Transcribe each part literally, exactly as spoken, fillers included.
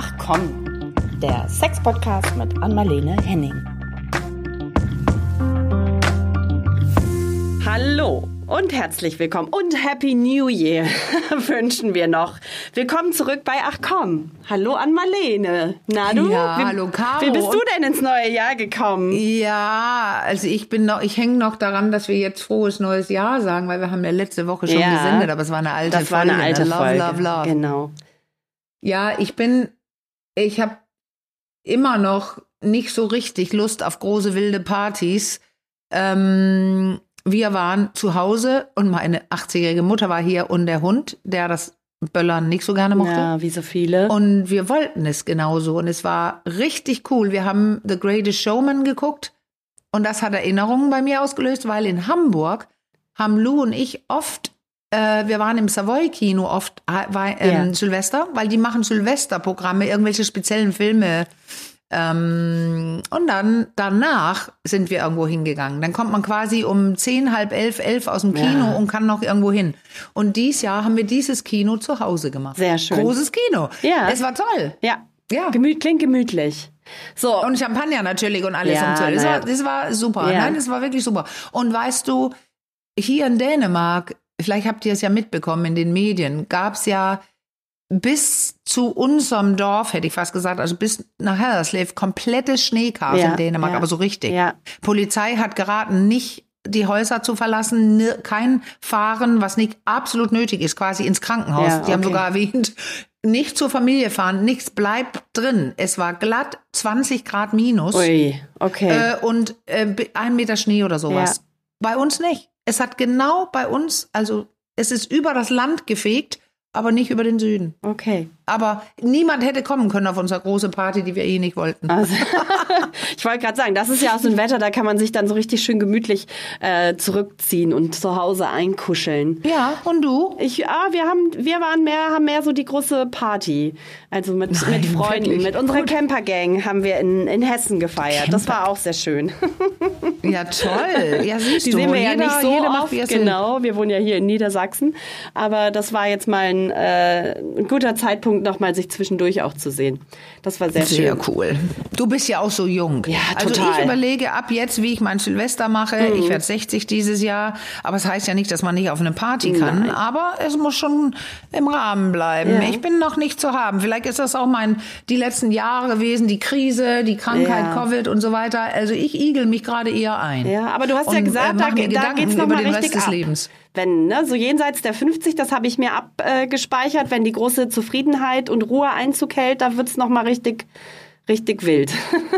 Ach komm, der Sex-Podcast mit Anmalene Henning. Hallo und herzlich willkommen und Happy New Year wünschen wir noch. Willkommen zurück bei Ach komm. Hallo Anmalene. Na du? Ja, wie, hallo Caro. Wie bist du denn ins neue Jahr gekommen? Ja, also ich bin noch, ich hänge noch daran, dass wir jetzt frohes neues Jahr sagen, weil wir haben ja letzte Woche schon Ja, gesendet, aber es war eine alte das Folge. war eine alte ne? Folge. Love, love, love. Genau. Ja, ich bin, ich habe immer noch nicht so richtig Lust auf große wilde Partys. Ähm, wir waren zu Hause und meine achtzigjährige Mutter war hier und der Hund, der das Böllern nicht so gerne mochte. Ja, wie so viele. Und wir wollten es genauso und es war richtig cool. Wir haben The Greatest Showman geguckt und das hat Erinnerungen bei mir ausgelöst, weil in Hamburg haben Lou und ich oft, äh, wir waren im Savoy-Kino oft äh, war, ähm, Ja. Silvester, weil die machen Silvesterprogramme, irgendwelche speziellen Filme. Ähm, und dann danach sind wir irgendwo hingegangen. Dann kommt man quasi um zehn, halb elf, elf aus dem Kino Ja. und kann noch irgendwo hin. Und dieses Jahr haben wir dieses Kino zu Hause gemacht. Sehr schön. Großes Kino. Ja. Es war toll. Ja, Ja. Gemüt, klingt gemütlich. So, Und Champagner natürlich und alles Ja, und so. Das na ja. war, das war super. Ja. Nein, das war wirklich super. Und weißt du, hier in Dänemark, vielleicht habt ihr es ja mitbekommen in den Medien, gab es ja bis zu unserem Dorf, hätte ich fast gesagt, also bis nach Haderslev, komplettes Schneechaos Ja, in Dänemark, ja. aber so richtig. Ja. Polizei hat geraten, nicht die Häuser zu verlassen, ne- kein Fahren, was nicht absolut nötig ist, quasi ins Krankenhaus. Ja, Die haben okay. sogar erwähnt, nicht zur Familie fahren, nichts bleibt drin. Es war glatt, zwanzig Grad minus ui, okay. äh, und äh, ein Meter Schnee oder sowas. Ja. Bei uns nicht. Es hat genau bei uns, also es ist über das Land gefegt, aber nicht über den Süden. Okay. Aber niemand hätte kommen können auf unsere große Party, die wir eh nicht wollten. Also, ich wollte gerade sagen, das ist ja auch so ein Wetter, da kann man sich dann so richtig schön gemütlich äh, zurückziehen und zu Hause einkuscheln. Ja, und du? Ich, ah, wir haben, wir waren mehr, haben mehr so die große Party. Also mit, Nein, mit Freunden, wirklich? mit unserer Gut. Camper-Gang haben wir in, in Hessen gefeiert. Das war auch sehr schön. Ja, toll. Ja, siehst Die du. sehen wir jeder, ja nicht so jeder macht, oft, wie er es will. genau. Wir wohnen ja hier in Niedersachsen. Aber das war jetzt mal ein, äh, ein guter Zeitpunkt, nochmal sich zwischendurch auch zu sehen. Das war sehr, Sehr schön. cool. Du bist ja auch so jung. Ja, Also total. ich überlege ab jetzt, wie ich mein Silvester mache. Mhm. Ich werde sechzig dieses Jahr. Aber es heißt ja nicht, dass man nicht auf eine Party kann. Nein. Aber es muss schon im Rahmen bleiben. Ja. Ich bin noch nicht zu haben. Vielleicht ist das auch mein die letzten Jahre gewesen, die Krise, die Krankheit, Ja. Covid und so weiter. Also ich igel mich gerade eher ein. Ja, aber du hast ja Und, gesagt, äh, da, mach mir da Gedanken geht's über nochmal den richtig Rest des ab. Lebens. Wenn, ne, so jenseits der fünfzig, das habe ich mir abgespeichert, wenn die große Zufriedenheit und Ruhe Einzug hält, da wird's nochmal richtig, richtig wild.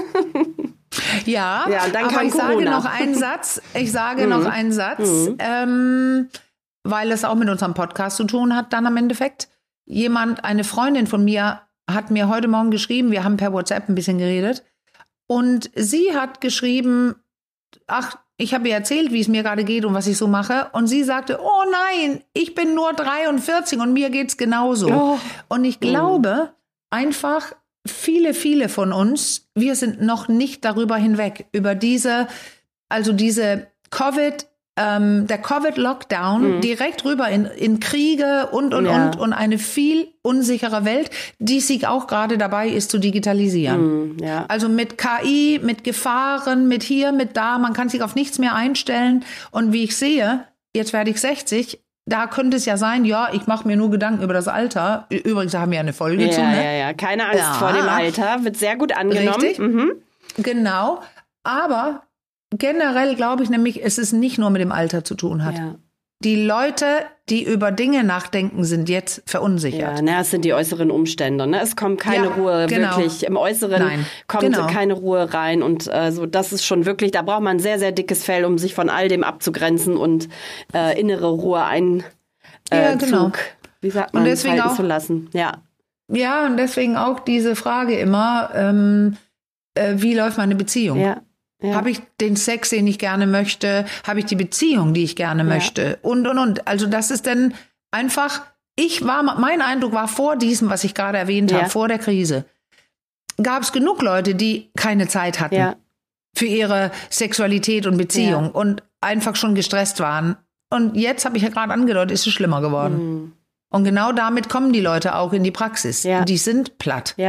Ja, Ja, und dann aber kam ich sage Corona. noch einen Satz. Ich sage noch einen Satz, ähm, weil es auch mit unserem Podcast zu tun hat dann am Endeffekt. Jemand, eine Freundin von mir hat mir heute Morgen geschrieben, wir haben per WhatsApp ein bisschen geredet und sie hat geschrieben, ach, ich habe ihr erzählt, wie es mir gerade geht und was ich so mache und sie sagte, oh nein, ich bin nur dreiundvierzig und mir geht's genauso. Oh. Und ich glaube einfach, viele, viele von uns, wir sind noch nicht darüber hinweg, über diese, also diese Covid, ähm, der Covid-Lockdown, direkt rüber in, in Kriege und, und, Ja. und, und eine viel unsichere Welt, die sich auch gerade dabei ist zu digitalisieren. Ja. Also mit K I, mit Gefahren, mit hier, mit da, man kann sich auf nichts mehr einstellen. Und wie ich sehe, jetzt werde ich sechzig, da könnte es ja sein, ja, ich mache mir nur Gedanken über das Alter. Ü- Übrigens, da haben wir ja eine Folge Ja, zu, ne? ja, ja. Keine Angst Ja. vor dem Alter. Wird sehr gut angenommen. Richtig. Mhm. Genau. Aber generell glaube ich nämlich, es ist nicht nur mit dem Alter zu tun hat. Ja. Die Leute, die über Dinge nachdenken, sind jetzt verunsichert. Ja, ne, es sind die äußeren Umstände. Ne? Es kommt keine Ja, Ruhe, genau. wirklich. Im Äußeren Nein, kommt genau. keine Ruhe rein. Und äh, so, das ist schon wirklich, da braucht man ein sehr, sehr dickes Fell, um sich von all dem abzugrenzen und äh, innere Ruhe ein äh, Ja, genau. Zug, wie sagt man, Und deswegen halten auch- zu lassen. Ja. Ja, und deswegen auch diese Frage immer, ähm, äh, wie läuft meine Beziehung? Ja. Ja. Habe ich den Sex, den ich gerne möchte? Habe ich die Beziehung, die ich gerne möchte? Und, und, und. Also das ist dann einfach, ich war, mein Eindruck war vor diesem, was ich gerade erwähnt Ja. habe, vor der Krise, gab es genug Leute, die keine Zeit hatten Ja. für ihre Sexualität und Beziehung Ja. und einfach schon gestresst waren. Und jetzt, habe ich ja gerade angedeutet, ist es schlimmer geworden. Mhm. Und genau damit kommen die Leute auch in die Praxis. Ja. Die sind platt. Ja.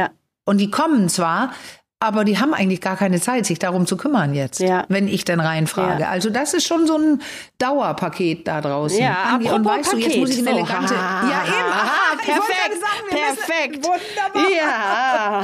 Und die kommen zwar, aber die haben eigentlich gar keine Zeit, sich darum zu kümmern jetzt, ja. wenn ich denn reinfrage. Ja. Also das ist schon so ein Dauerpaket da draußen. Ja, Andi, und weißt Paket. du, jetzt muss ich eine so. elegante... Ha, ja, eben. Aha, Aha, perfekt, sagen, perfekt. Wunderbar. Ja.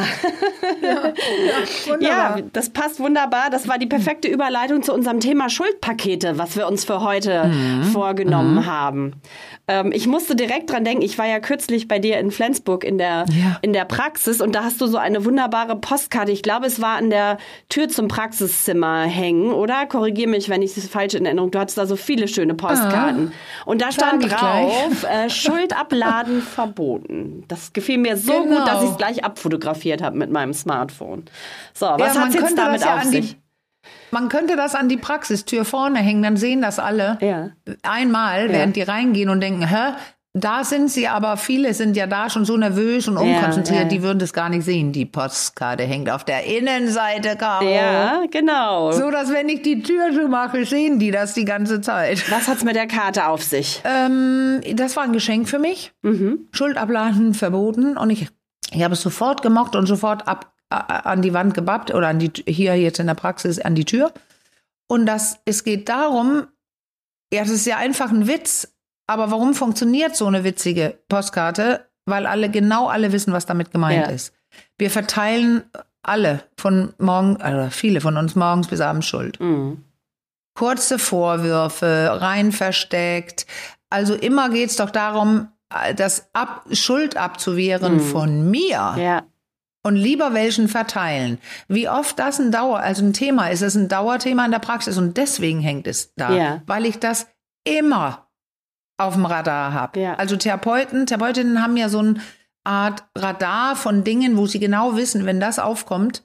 ja, ja, wunderbar. Ja, das passt wunderbar. Das war die perfekte Überleitung zu unserem Thema Schuldpakete, was wir uns für heute mhm. vorgenommen mhm. haben. Ähm, ich musste direkt dran denken, ich war ja kürzlich bei dir in Flensburg in der, ja. in der Praxis und da hast du so eine wunderbare Postkarte. Ich glaube, es war an der Tür zum Praxiszimmer hängen, oder? Korrigier mich, wenn ich es falsch in Erinnerung. Du hattest da so viele schöne Postkarten. Ah, und da stand drauf, äh, Schuld abladen verboten. Das gefiel mir so genau. gut, dass ich es gleich abfotografiert habe mit meinem Smartphone. So, was ja, hat es jetzt damit ja auf sich? Die, man könnte das an die Praxistür vorne hängen, dann sehen das alle ja. einmal, ja. während die reingehen und denken, hä? Da sind sie, aber viele sind ja da schon so nervös und unkonzentriert, ja, ja. die würden das gar nicht sehen. Die Postkarte hängt auf der Innenseite, Caro. Ja, genau. So, dass wenn ich die Tür so mache, sehen die das die ganze Zeit. Was hat's mit der Karte auf sich? Ähm, das war ein Geschenk für mich. Mhm. Schuld abladen verboten. Und ich, ich habe es sofort gemocht und sofort ab, a, an die Wand gebappt oder an die, hier jetzt in der Praxis an die Tür. Und das, es geht darum, ja, das ist ja einfach ein Witz. Aber warum funktioniert so eine witzige Postkarte? Weil alle, genau alle wissen, was damit gemeint ja. ist. Wir verteilen alle von morgen, also viele von uns morgens bis abends Schuld. Mhm. Kurze Vorwürfe, rein versteckt. Also immer geht es doch darum, das Ab- Schuld abzuwehren mhm. von mir. Ja. Und lieber welchen verteilen. Wie oft das ein Dauer, also ein Thema ist, es ein Dauerthema in der Praxis und deswegen hängt es da. Ja. Weil ich das immer auf dem Radar habe. Ja. Also Therapeuten, Therapeutinnen haben ja so eine Art Radar von Dingen, wo sie genau wissen, wenn das aufkommt,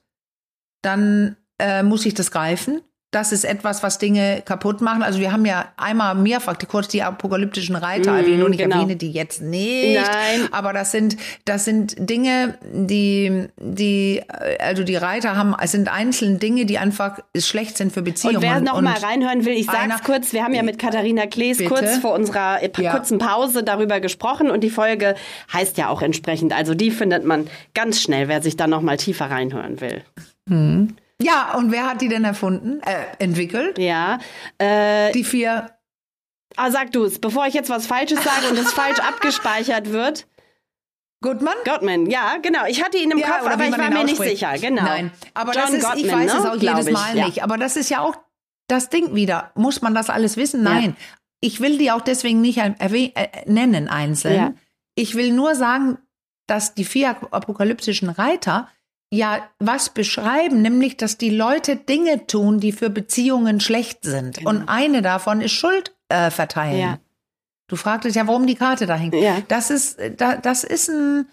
dann äh, muss ich das greifen. Das ist etwas, was Dinge kaputt machen. Also wir haben ja einmal mehrfach kurz die apokalyptischen Reiter mm, erwähnt und ich genau. erwähne die jetzt nicht. Nein. Aber das sind, das sind Dinge, die, die, also die Reiter haben, es sind einzelne Dinge, die einfach schlecht sind für Beziehungen. Und wer noch mal reinhören will, ich sag's einer, kurz, wir haben ja mit Katharina Klees bitte? kurz vor unserer ja. kurzen Pause darüber gesprochen und die Folge heißt ja auch entsprechend. Also die findet man ganz schnell, wer sich da noch mal tiefer reinhören will. Hm. Ja, und wer hat die denn erfunden, äh, entwickelt? Ja. Äh, die vier. Ah, sag du es, bevor ich jetzt was Falsches sage und es falsch abgespeichert wird. Gottman? Gottman, ja, genau. Ich hatte ihn im ja, Kopf, aber ich war mir nicht sicher. Genau. Nein, aber John das ist, Gottman, ich weiß ne? es auch Glaub jedes Mal ich, nicht. ja. Aber das ist ja auch das Ding wieder. Muss man das alles wissen? Nein. Ja. Ich will die auch deswegen nicht erwäh- äh, nennen einzeln. Ja. Ich will nur sagen, dass die vier apokalyptischen Reiter ja was beschreiben, nämlich, dass die Leute Dinge tun, die für Beziehungen schlecht sind. Genau. Und eine davon ist Schuld äh, verteilen. Ja. Du fragtest ja, warum die Karte da hängt. Ja. Das ist, da, das ist ein,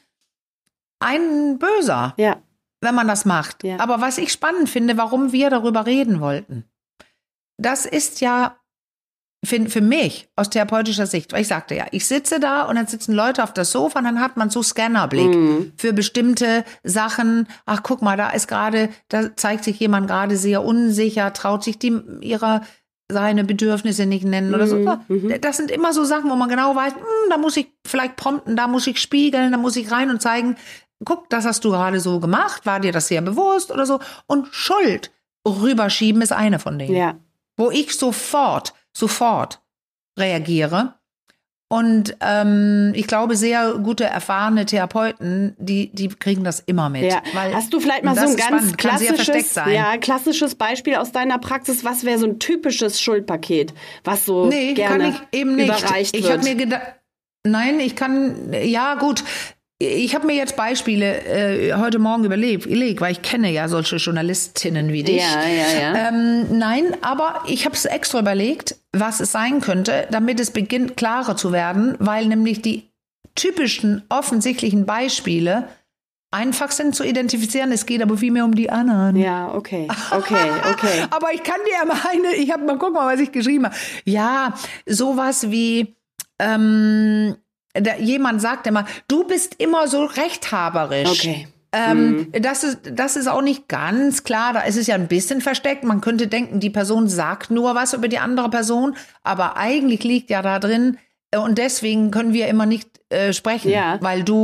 ein Böser, ja. wenn man das macht. Ja. Aber was ich spannend finde, warum wir darüber reden wollten, das ist ja für, für mich aus therapeutischer Sicht, weil ich sagte ja, ich sitze da und dann sitzen Leute auf das Sofa und dann hat man so Scannerblick mhm. für bestimmte Sachen. Ach, guck mal, da ist gerade, da zeigt sich jemand gerade sehr unsicher, traut sich die ihrer seine Bedürfnisse nicht nennen oder so. Mhm. Das sind immer so Sachen, wo man genau weiß, hm, da muss ich vielleicht prompten, da muss ich spiegeln, da muss ich rein und zeigen, guck, das hast du gerade so gemacht, war dir das sehr bewusst oder so. Und Schuld rüberschieben ist eine von denen. Ja. Wo ich sofort, sofort reagiere. Und ähm, ich glaube, sehr gute, erfahrene Therapeuten, die, die kriegen das immer mit. Ja. Weil, hast du vielleicht mal so ein ganz spannend, klassisches, ja, klassisches Beispiel aus deiner Praxis? Was wäre so ein typisches Schuldpaket, was so nee, gerne kann ich eben nicht. überreicht ich wird? Ich habe mir gedacht, nein, ich kann, ja gut, ich habe mir jetzt Beispiele äh, heute Morgen überlegt, weil ich kenne ja solche Journalistinnen wie dich. Ja, ja, ja. Ähm, nein, aber ich habe es extra überlegt, was es sein könnte, damit es beginnt klarer zu werden, weil nämlich die typischen offensichtlichen Beispiele einfach sind zu identifizieren. Es geht aber viel mehr um die anderen. Ja, okay, okay, okay. Aber ich kann dir mal eine, ich habe mal, guck mal, was ich geschrieben habe. Ja, sowas wie, ähm, Da, jemand sagt immer, du bist immer so rechthaberisch. Okay. Ähm, mhm. das ist, das ist auch nicht ganz klar. Da ist es ja ein bisschen versteckt. Man könnte denken, die Person sagt nur was über die andere Person. Aber eigentlich liegt ja da drin, und deswegen können wir immer nicht äh, sprechen, ja. weil du,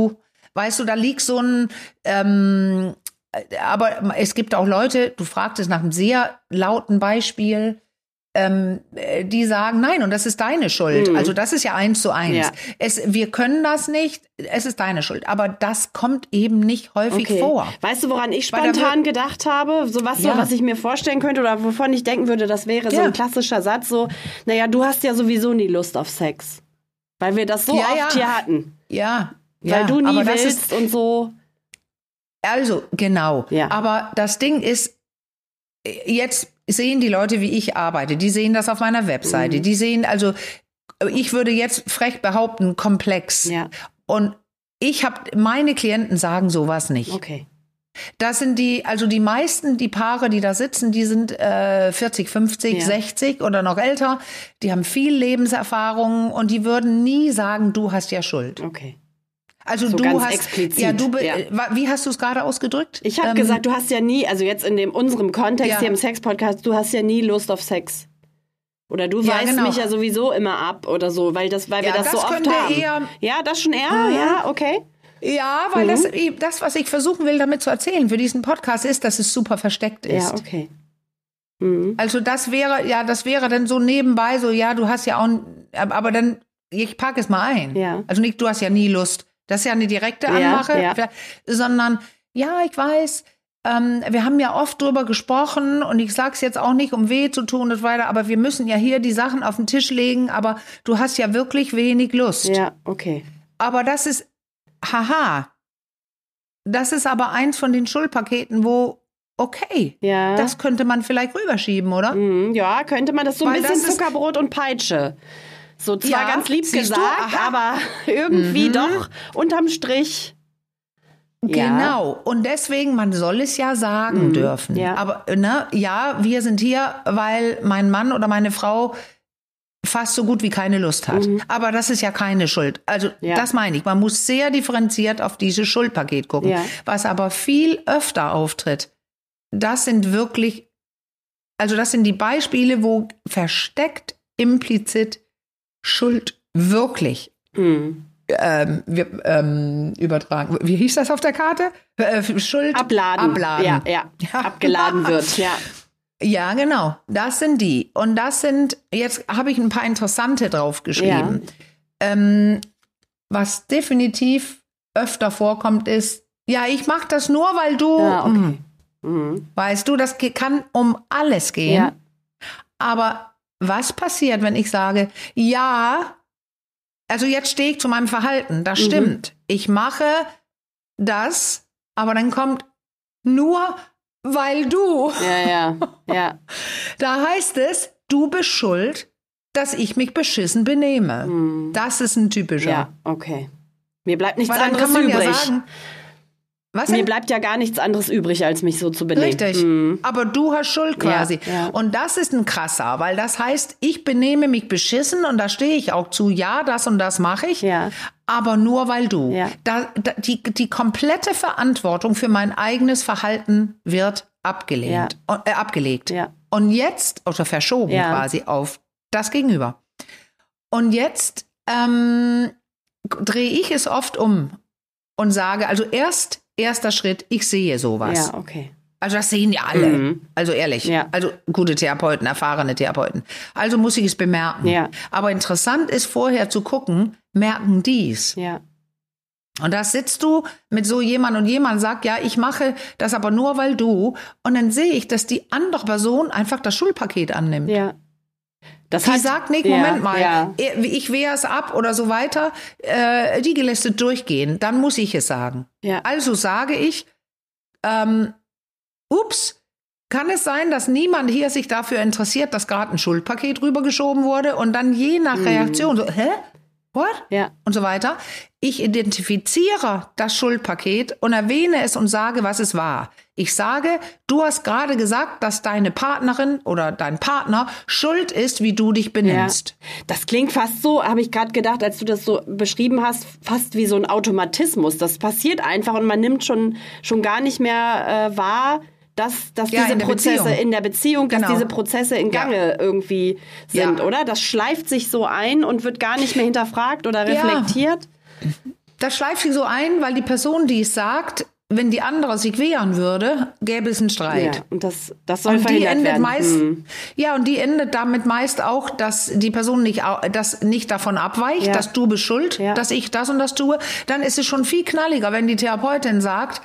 Weißt du, da liegt so ein, ähm, aber es gibt auch Leute, du fragtest nach einem sehr lauten Beispiel, ähm, die sagen, nein, und das ist deine Schuld. Mhm. Also das ist ja eins zu eins. Ja. Es, wir können das nicht, es ist deine Schuld. Aber das kommt eben nicht häufig okay. vor. Weißt du, woran ich spontan gedacht habe? So was, ja. so, was ich mir vorstellen könnte oder wovon ich denken würde, das wäre ja. so ein klassischer Satz, so, naja, du hast ja sowieso nie Lust auf Sex. Weil wir das so ja, oft ja. hier hatten. Ja. Weil ja. du nie aber willst ist, und so. Also, genau. Ja. Aber das Ding ist, jetzt sehen die Leute, wie ich arbeite. Die sehen das auf meiner Webseite. Mhm. Die sehen, also, ich würde jetzt frech behaupten, komplex. Ja. Und ich habe, meine Klienten sagen sowas nicht. Okay. Das sind die, also die meisten, die Paare, die da sitzen, die sind äh, vierzig, fünfzig, ja. sechzig oder noch älter. Die haben viel Lebenserfahrung und die würden nie sagen, du hast ja Schuld. Okay. Also so du ganz hast, explizit. ja, du, ja. Wie hast du es gerade ausgedrückt? Ich habe ähm, gesagt, du hast ja nie, also jetzt in dem unserem Kontext ja. hier im Sex-Podcast, du hast ja nie Lust auf Sex. Oder du ja, weist genau. mich ja sowieso immer ab oder so, weil das, weil ja, wir das, das so oft haben. Eher, ja, das schon eher, mhm. ja, okay. Ja, weil mhm. das, das, was ich versuchen will, damit zu erzählen für diesen Podcast, ist, dass es super versteckt ist. Ja, okay. Mhm. Also das wäre, ja, das wäre dann so nebenbei, so, ja, du hast ja auch, aber dann, ich packe es mal ein. Ja. Also nicht, du hast ja nie Lust. Das ist ja eine direkte Anmache, ja, ja. sondern, ja, ich weiß, ähm, wir haben ja oft drüber gesprochen und ich sag's jetzt auch nicht, um weh zu tun und so weiter, aber wir müssen ja hier die Sachen auf den Tisch legen, aber du hast ja wirklich wenig Lust. Ja, okay. Aber das ist, haha, das ist aber eins von den Schuldpaketen, wo, okay, ja. das könnte man vielleicht rüberschieben, oder? Mhm, ja, könnte man das so ein Weil bisschen das Zuckerbrot und Peitsche. So zwar ja, ganz lieb gesagt, aber irgendwie mhm. doch unterm Strich. Genau. Ja. Und deswegen, man soll es ja sagen mhm. dürfen. Ja. Aber ne, ja, wir sind hier, weil mein Mann oder meine Frau fast so gut wie keine Lust hat. Mhm. Aber das ist ja keine Schuld. Also ja. das meine ich. Man muss sehr differenziert auf dieses Schuldpaket gucken. Ja. Was aber viel öfter auftritt, das sind wirklich, also das sind die Beispiele, wo versteckt, implizit Schuld wirklich mhm. ähm, wir, ähm, übertragen. Wie hieß das auf der Karte? Äh, Schuld abladen. abladen. Ja, ja. ja. Abgeladen wird, ja. Ja, genau. Das sind die. Und das sind, jetzt habe ich ein paar interessante draufgeschrieben. Ja. Ähm, was definitiv öfter vorkommt, ist, ja, ich mache das nur, weil du, ja, okay. mhm. weißt du, das kann um alles gehen. Ja. Aber was passiert, wenn ich sage, ja, also jetzt stehe ich zu meinem Verhalten, das stimmt. Mhm. Ich mache das, aber dann kommt nur, weil du. Ja, ja, ja. Da heißt es, du bist schuld, dass ich mich beschissen benehme. Mhm. Das ist ein typischer. Ja, okay. Mir bleibt nichts Weil dann anderes kann man übrig. Ja sagen, was Mir denn? bleibt ja gar nichts anderes übrig, als mich so zu benehmen. Richtig, mhm. aber du hast Schuld quasi. Ja, ja. Und das ist ein krasser, weil das heißt, ich benehme mich beschissen und da stehe ich auch zu, ja, das und das mache ich, ja. aber nur weil du. Ja. Da, da, die, die komplette Verantwortung für mein eigenes Verhalten wird abgelehnt, ja. äh, abgelegt. Ja. Und jetzt, oder verschoben ja. quasi auf das Gegenüber. Und jetzt ähm, drehe ich es oft um und sage, also erst Erster Schritt, ich sehe sowas. Ja, okay. Also das sehen ja alle. Mhm. Also ehrlich. Ja. Also gute Therapeuten, erfahrene Therapeuten. Also muss ich es bemerken. Ja. Aber interessant ist vorher zu gucken, merken die's. Ja. Und da sitzt du mit so jemand und jemand sagt, ja, ich mache das aber nur, weil du. Und dann sehe ich, dass die andere Person einfach das Schulpaket annimmt. Ja. Das die hat, sagt nicht, ja, Moment mal, ja. ich wehre es ab oder so weiter, äh, die gelästet durchgehen, dann muss ich es sagen. Ja. Also sage ich, ähm, ups, kann es sein, dass niemand hier sich dafür interessiert, dass gerade ein Schuldpaket rübergeschoben wurde und dann je nach Reaktion so, hä? What? Ja. Und so weiter. Ich identifiziere das Schuldpaket und erwähne es und sage, was es war. Ich sage, du hast gerade gesagt, dass deine Partnerin oder dein Partner schuld ist, wie du dich benimmst. Ja. Das klingt fast so, habe ich gerade gedacht, als du das so beschrieben hast, fast wie so ein Automatismus. Das passiert einfach und man nimmt schon, schon gar nicht mehr äh, wahr, dass, dass ja, diese in Prozesse Beziehung. in der Beziehung, dass genau. diese Prozesse in Gange ja. irgendwie sind, ja. oder? Das schleift sich so ein und wird gar nicht mehr hinterfragt oder reflektiert. Ja. das schleift sie so ein, weil die Person, die es sagt, wenn die andere sich wehren würde, gäbe es einen Streit. Ja, und das, das soll und die verhindert endet werden. Meist, hm. Ja, und die endet damit meist auch, dass die Person nicht, das nicht davon abweicht, ja. dass du bist schuld, ja. dass ich das und das tue. Dann ist es schon viel knalliger, wenn die Therapeutin sagt,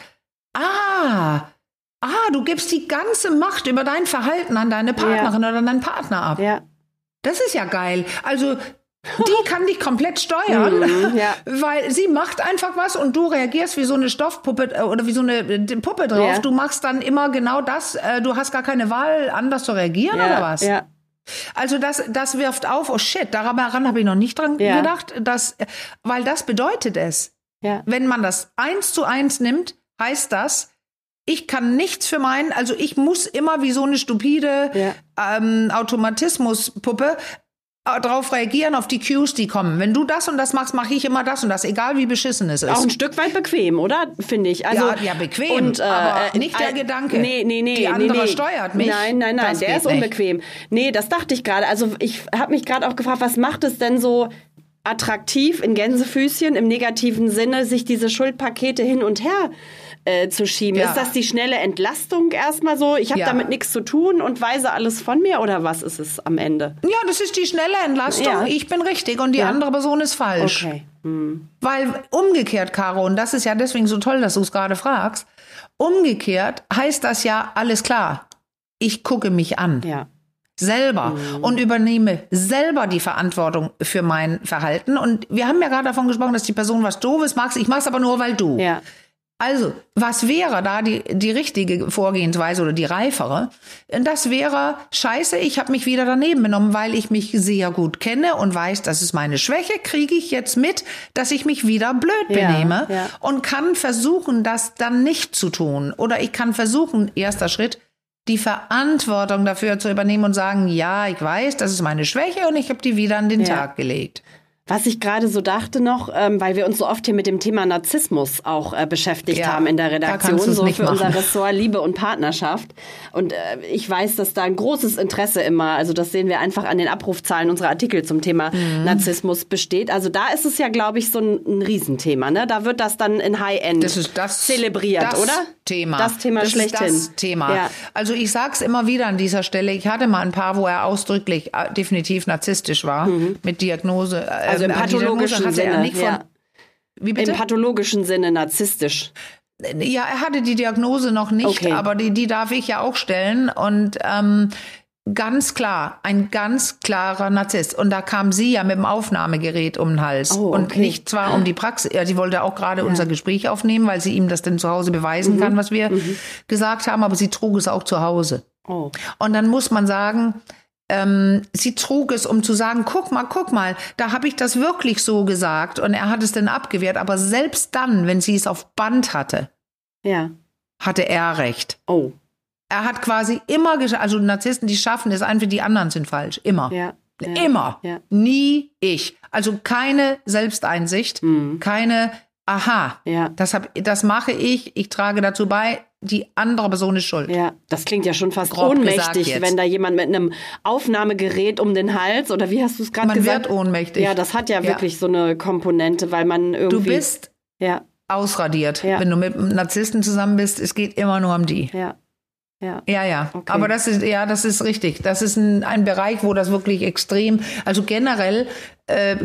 ah, ah, du gibst die ganze Macht über dein Verhalten an deine Partnerin ja. oder deinen Partner ab. Ja. Das ist ja geil. Also die kann dich komplett steuern, mm, ja. weil sie macht einfach was und du reagierst wie so eine Stoffpuppe oder wie so eine Puppe drauf. Ja. Du machst dann immer genau das. Du hast gar keine Wahl, anders zu reagieren ja, oder was? Ja. Also das, das wirft auf, oh shit, daran habe ich noch nicht dran ja. gedacht, dass, weil das bedeutet es. Ja. Wenn man das eins zu eins nimmt, heißt das, ich kann nichts für meinen, also ich muss immer wie so eine stupide ja. ähm, Automatismuspuppe darauf reagieren, auf die Cues, die kommen. Wenn du das und das machst, mache ich immer das und das, egal wie beschissen es ist. Auch ein Stück weit bequem, oder? Finde ich. Also, ja, ja, bequem, und, äh, aber nicht der äh, Gedanke. Nee, nee, nee. Die andere nee, nee. steuert mich. Nein, nein, nein, das der ist unbequem. Nicht. Nee, das dachte ich gerade. Also ich habe mich gerade auch gefragt, was macht es denn so attraktiv in Gänsefüßchen im negativen Sinne, sich diese Schuldpakete hin und her äh, zu schieben? Ja. Ist das die schnelle Entlastung erstmal so? Ich habe ja. damit nichts zu tun und weise alles von mir oder was ist es am Ende? Ja, das ist die schnelle Entlastung. Ja. Ich bin richtig und die ja. andere Person ist falsch. Okay. Hm. Weil umgekehrt, Caro, und das ist ja deswegen so toll, dass du es gerade fragst, umgekehrt heißt das ja, alles klar, ich gucke mich an. Ja. Selber mhm. und übernehme selber die Verantwortung für mein Verhalten. Und wir haben ja gerade davon gesprochen, dass die Person was Doofes macht. Ich mache es aber nur, weil du. Ja. Also, was wäre da die, die richtige Vorgehensweise oder die reifere? Das wäre, scheiße, ich habe mich wieder daneben benommen, weil ich mich sehr gut kenne und weiß, das ist meine Schwäche, kriege ich jetzt mit, dass ich mich wieder blöd benehme ja, ja. und kann versuchen, das dann nicht zu tun. Oder ich kann versuchen, erster Schritt, die Verantwortung dafür zu übernehmen und sagen, ja, ich weiß, das ist meine Schwäche und ich habe die wieder an den ja. Tag gelegt. Was ich gerade so dachte noch, ähm, weil wir uns so oft hier mit dem Thema Narzissmus auch äh, beschäftigt ja, haben in der Redaktion, so für machen. unser Ressort Liebe und Partnerschaft. Und äh, ich weiß, dass da ein großes Interesse immer, also das sehen wir einfach an den Abrufzahlen unserer Artikel zum Thema mhm. Narzissmus besteht. Also da ist es ja, glaube ich, so ein, ein Riesenthema. Ne? Da wird das dann in High-End das ist das, zelebriert, das oder? Thema. Das Thema das schlechthin. Ist das Thema. Ja. Also ich sag's immer wieder an dieser Stelle. Ich hatte mal ein paar, wo er ausdrücklich äh, definitiv narzisstisch war mhm. mit Diagnose. Äh, also im pathologischen Sinne. Er nicht von, ja. Wie bitte? Im pathologischen Sinne narzisstisch. Ja, er hatte die Diagnose noch nicht, okay. aber die, die darf ich ja auch stellen. Und ähm, ganz klar, ein ganz klarer Narzisst. Und da kam sie ja mit dem Aufnahmegerät um den Hals. Oh, okay. Und nicht zwar um die Praxis, ja, sie wollte auch gerade ja. unser Gespräch aufnehmen, weil sie ihm das denn zu Hause beweisen mhm. kann, was wir mhm. gesagt haben, aber sie trug es auch zu Hause. Oh. Und dann muss man sagen, ähm, sie trug es, um zu sagen, guck mal, guck mal, da habe ich das wirklich so gesagt. Und er hat es dann abgewehrt. Aber selbst dann, wenn sie es auf Band hatte, ja. hatte er recht. Oh. Er hat quasi immer, gesch- also Narzissten, die schaffen es einfach, die anderen sind falsch. Immer. Ja. Ja. Immer. Ja. Nie ich. Also keine Selbsteinsicht, mhm. keine Aha. Ja. Das, hab, das mache ich, ich trage dazu bei, die andere Person ist schuld. Ja, das klingt ja schon fast Grob ohnmächtig, wenn da jemand mit einem Aufnahmegerät um den Hals, oder wie hast du es gerade gesagt? Man wird ohnmächtig. Ja, das hat ja, ja wirklich so eine Komponente, weil man irgendwie... Du bist ja. ausradiert, ja. wenn du mit einem Narzissten zusammen bist. Es geht immer nur um die. Ja. Ja, ja, ja. Okay. Aber das ist, ja, das ist richtig. Das ist ein, ein Bereich, wo das wirklich extrem, also generell äh,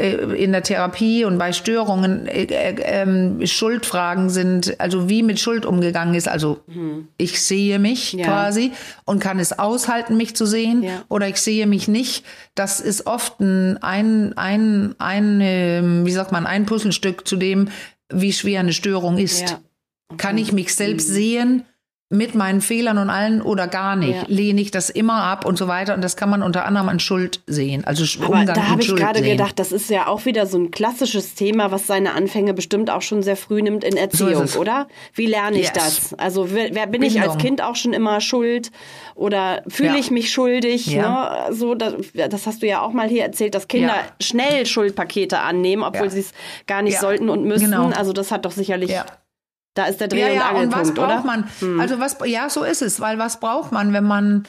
in der Therapie und bei Störungen äh, äh, Schuldfragen sind, also wie mit Schuld umgegangen ist. Also hm. ich sehe mich ja. quasi und kann es aushalten, mich zu sehen, ja. oder ich sehe mich nicht. Das ist oft ein, ein, ein, ein wie sagt man, ein Puzzlestück zu dem, wie schwer eine Störung ist. Ja. Okay. Kann ich mich selbst hm. sehen? Mit meinen Fehlern und allen oder gar nicht, ja. lehne ich das immer ab und so weiter. Und das kann man unter anderem an Schuld sehen. Also Aber Umgang da habe ich gerade sehen. gedacht, das ist ja auch wieder so ein klassisches Thema, was seine Anfänge bestimmt auch schon sehr früh nimmt in Erziehung, so oder? Wie lerne ich yes. das? Also wer, wer bin Bindung. ich als Kind auch schon immer schuld? Oder fühle ja. ich mich schuldig? Ja. Ne? So, das, das hast du ja auch mal hier erzählt, dass Kinder ja. schnell Schuldpakete annehmen, obwohl ja. sie es gar nicht ja. sollten und müssen. Genau. Also das hat doch sicherlich... Ja. Da ist der Dreh- ja, ja, und Angelpunkt, und was braucht oder? man? Hm. Also was, ja, so ist es, weil was braucht man, wenn man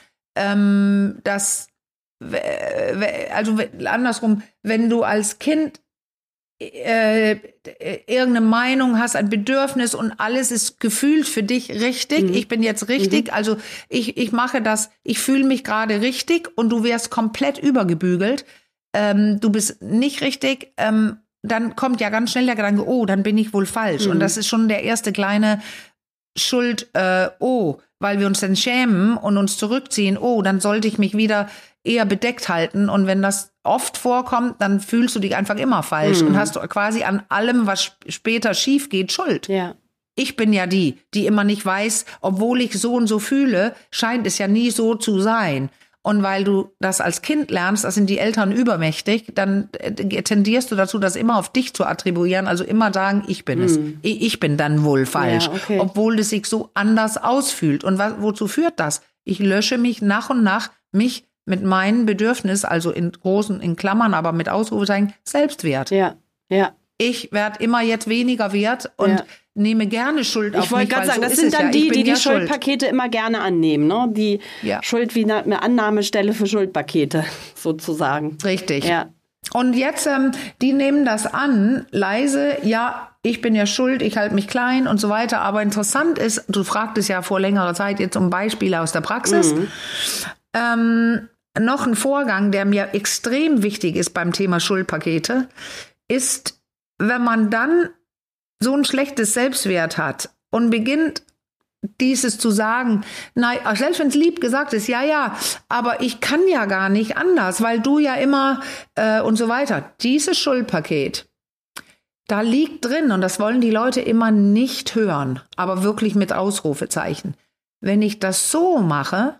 ähm, das, also andersrum, wenn du als Kind äh, irgendeine Meinung hast, ein Bedürfnis und alles ist gefühlt für dich richtig. Mhm. Ich bin jetzt richtig, mhm. also ich, ich mache das, ich fühle mich gerade richtig und du wärst komplett übergebügelt. Ähm, du bist nicht richtig, ähm, dann kommt ja ganz schnell der Gedanke, oh, dann bin ich wohl falsch. Mhm. Und das ist schon der erste kleine Schuld, äh, oh, weil wir uns dann schämen und uns zurückziehen, oh, dann sollte ich mich wieder eher bedeckt halten. Und wenn das oft vorkommt, dann fühlst du dich einfach immer falsch mhm. und hast du quasi an allem, was später schief geht, Schuld. Ja. Ich bin ja die, die immer nicht weiß, obwohl ich so und so fühle, scheint es ja nie so zu sein. Und weil du das als Kind lernst, das sind die Eltern übermächtig, dann tendierst du dazu, das immer auf dich zu attribuieren, also immer sagen, ich bin es. Mm. Ich bin dann wohl falsch, ja, okay. obwohl es sich so anders ausfühlt. Und was, wozu führt das? Ich lösche mich nach und nach, mich mit meinem Bedürfnis, also in großen, in Klammern, aber mit Ausrufezeichen, Selbstwert. Ja, ja. Ich werde immer jetzt weniger wert und ja. nehme gerne Schuld auf mich. Ich wollte gerade sagen, so das sind dann ja. die, die die ja Schuldpakete Schuld. immer gerne annehmen, ne? Die ja. Schuld wie eine, eine Annahmestelle für Schuldpakete, sozusagen. Richtig. Ja. Und jetzt, ähm, die nehmen das an, leise, ja, ich bin ja schuld, ich halte mich klein und so weiter. Aber interessant ist, du fragtest ja vor längerer Zeit jetzt um Beispiele aus der Praxis. Mhm. Ähm, noch ein Vorgang, der mir extrem wichtig ist beim Thema Schuldpakete, ist, wenn man dann so ein schlechtes Selbstwert hat und beginnt, dieses zu sagen, nein, selbst wenn es lieb gesagt ist, ja, ja, aber ich kann ja gar nicht anders, weil du ja immer äh, und so weiter. Dieses Schuldpaket, da liegt drin, und das wollen die Leute immer nicht hören, aber wirklich mit Ausrufezeichen. Wenn ich das so mache,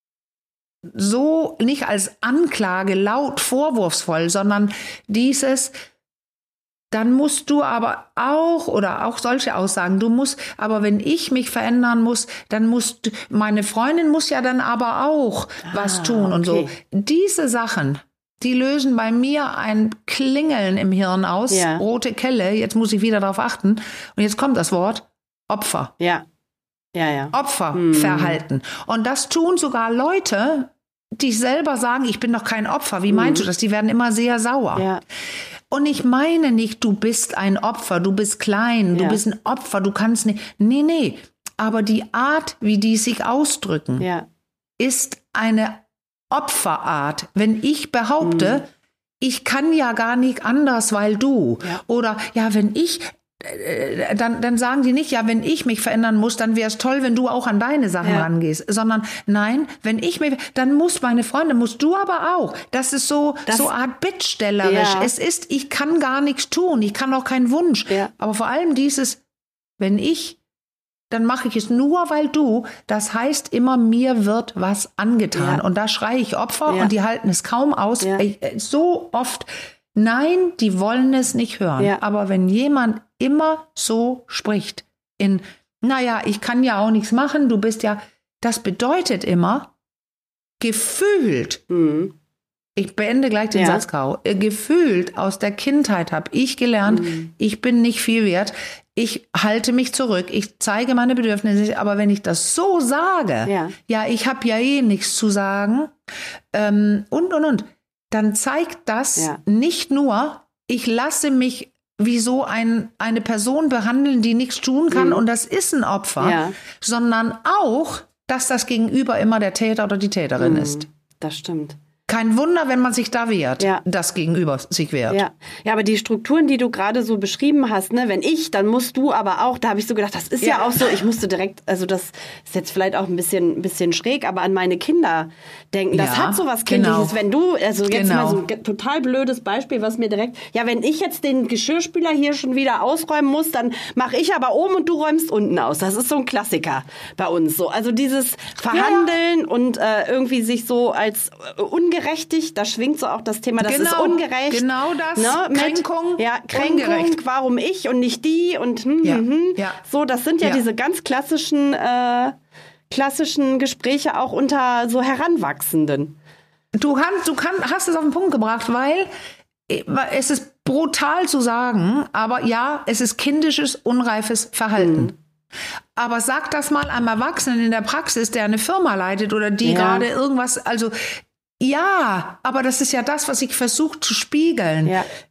so nicht als Anklage laut vorwurfsvoll, sondern dieses, dann musst du aber auch, oder auch solche Aussagen, du musst, aber wenn ich mich verändern muss, dann musst, meine Freundin muss ja dann aber auch ah, was tun und okay. so. Diese Sachen, die lösen bei mir ein Klingeln im Hirn aus, ja. rote Kelle, jetzt muss ich wieder darauf achten. Und jetzt kommt das Wort Opfer. Ja, ja, ja. Opferverhalten. Hm. Und das tun sogar Leute, die selber sagen, ich bin doch kein Opfer. Wie hm. meinst du das? Die werden immer sehr sauer. Ja. Und ich meine nicht, du bist ein Opfer, du bist klein, du ja. bist ein Opfer, du kannst nicht. Nee, nee. Aber die Art, wie die sich ausdrücken, ja. ist eine Opferart. Wenn ich behaupte, mhm. ich kann ja gar nicht anders, weil du. Ja. Oder ja, wenn ich, äh, dann, dann sagen die nicht, ja, wenn ich mich verändern muss, dann wäre es toll, wenn du auch an deine Sachen ja. rangehst. Sondern nein, wenn ich mich, dann muss meine Freundin, musst du aber auch. Das ist so, das, so eine Art bittstellerisch. Ja. Es ist, ich kann gar nichts tun, ich kann auch keinen Wunsch. Ja. Aber vor allem dieses, wenn ich, dann mache ich es nur, weil du, das heißt immer, mir wird was angetan. Ja. Und da schreie ich Opfer ja. und die halten es kaum aus. Ja. So oft, nein, die wollen es nicht hören. Ja. Aber wenn jemand immer so spricht, in, naja, ich kann ja auch nichts machen, du bist ja, das bedeutet immer, gefühlt, mhm. ich beende gleich den ja. Satz, Kau, gefühlt aus der Kindheit habe ich gelernt, mhm. ich bin nicht viel wert, ich halte mich zurück, ich zeige meine Bedürfnisse, aber wenn ich das so sage, ja, ja ich habe ja eh nichts zu sagen, ähm, und, und, und, dann zeigt das ja. nicht nur, ich lasse mich wie so ein, eine Person behandeln, die nichts tun kann, mhm. und das ist ein Opfer, ja. sondern auch, dass das Gegenüber immer der Täter oder die Täterin mhm. ist. Das stimmt. Kein Wunder, wenn man sich da wehrt, ja. das Gegenüber sich wehrt. Ja. ja, aber die Strukturen, die du gerade so beschrieben hast, ne, wenn ich, dann musst du aber auch, da habe ich so gedacht, das ist ja. ja auch so, ich musste direkt, also das ist jetzt vielleicht auch ein bisschen, ein bisschen schräg, aber an meine Kinder denken, das ja, hat so was Kindliches, genau. wenn du, also jetzt genau. mal so ein total blödes Beispiel, was mir direkt, ja, wenn ich jetzt den Geschirrspüler hier schon wieder ausräumen muss, dann mache ich aber oben und du räumst unten aus. Das ist so ein Klassiker bei uns so. Also dieses Verhandeln ja. und äh, irgendwie sich so als äh, ungerechtig, das schwingt so auch das Thema, das genau, ist ungerecht. Genau das, ne, mit, Kränkung, ja, Kränkung, ungerecht. Warum ich und nicht die und hm, ja, hm, hm. Ja. So, das sind ja, ja diese ganz klassischen, äh, klassischen Gespräche auch unter so Heranwachsenden. Du, kannst, du kann, hast es auf den Punkt gebracht, weil es ist brutal zu sagen, aber ja, es ist kindisches, unreifes Verhalten. Mhm. Aber sag das mal einem Erwachsenen in der Praxis, der eine Firma leitet oder die ja. gerade irgendwas, also ja, aber das ist ja das, was ich versuche zu spiegeln. Ja.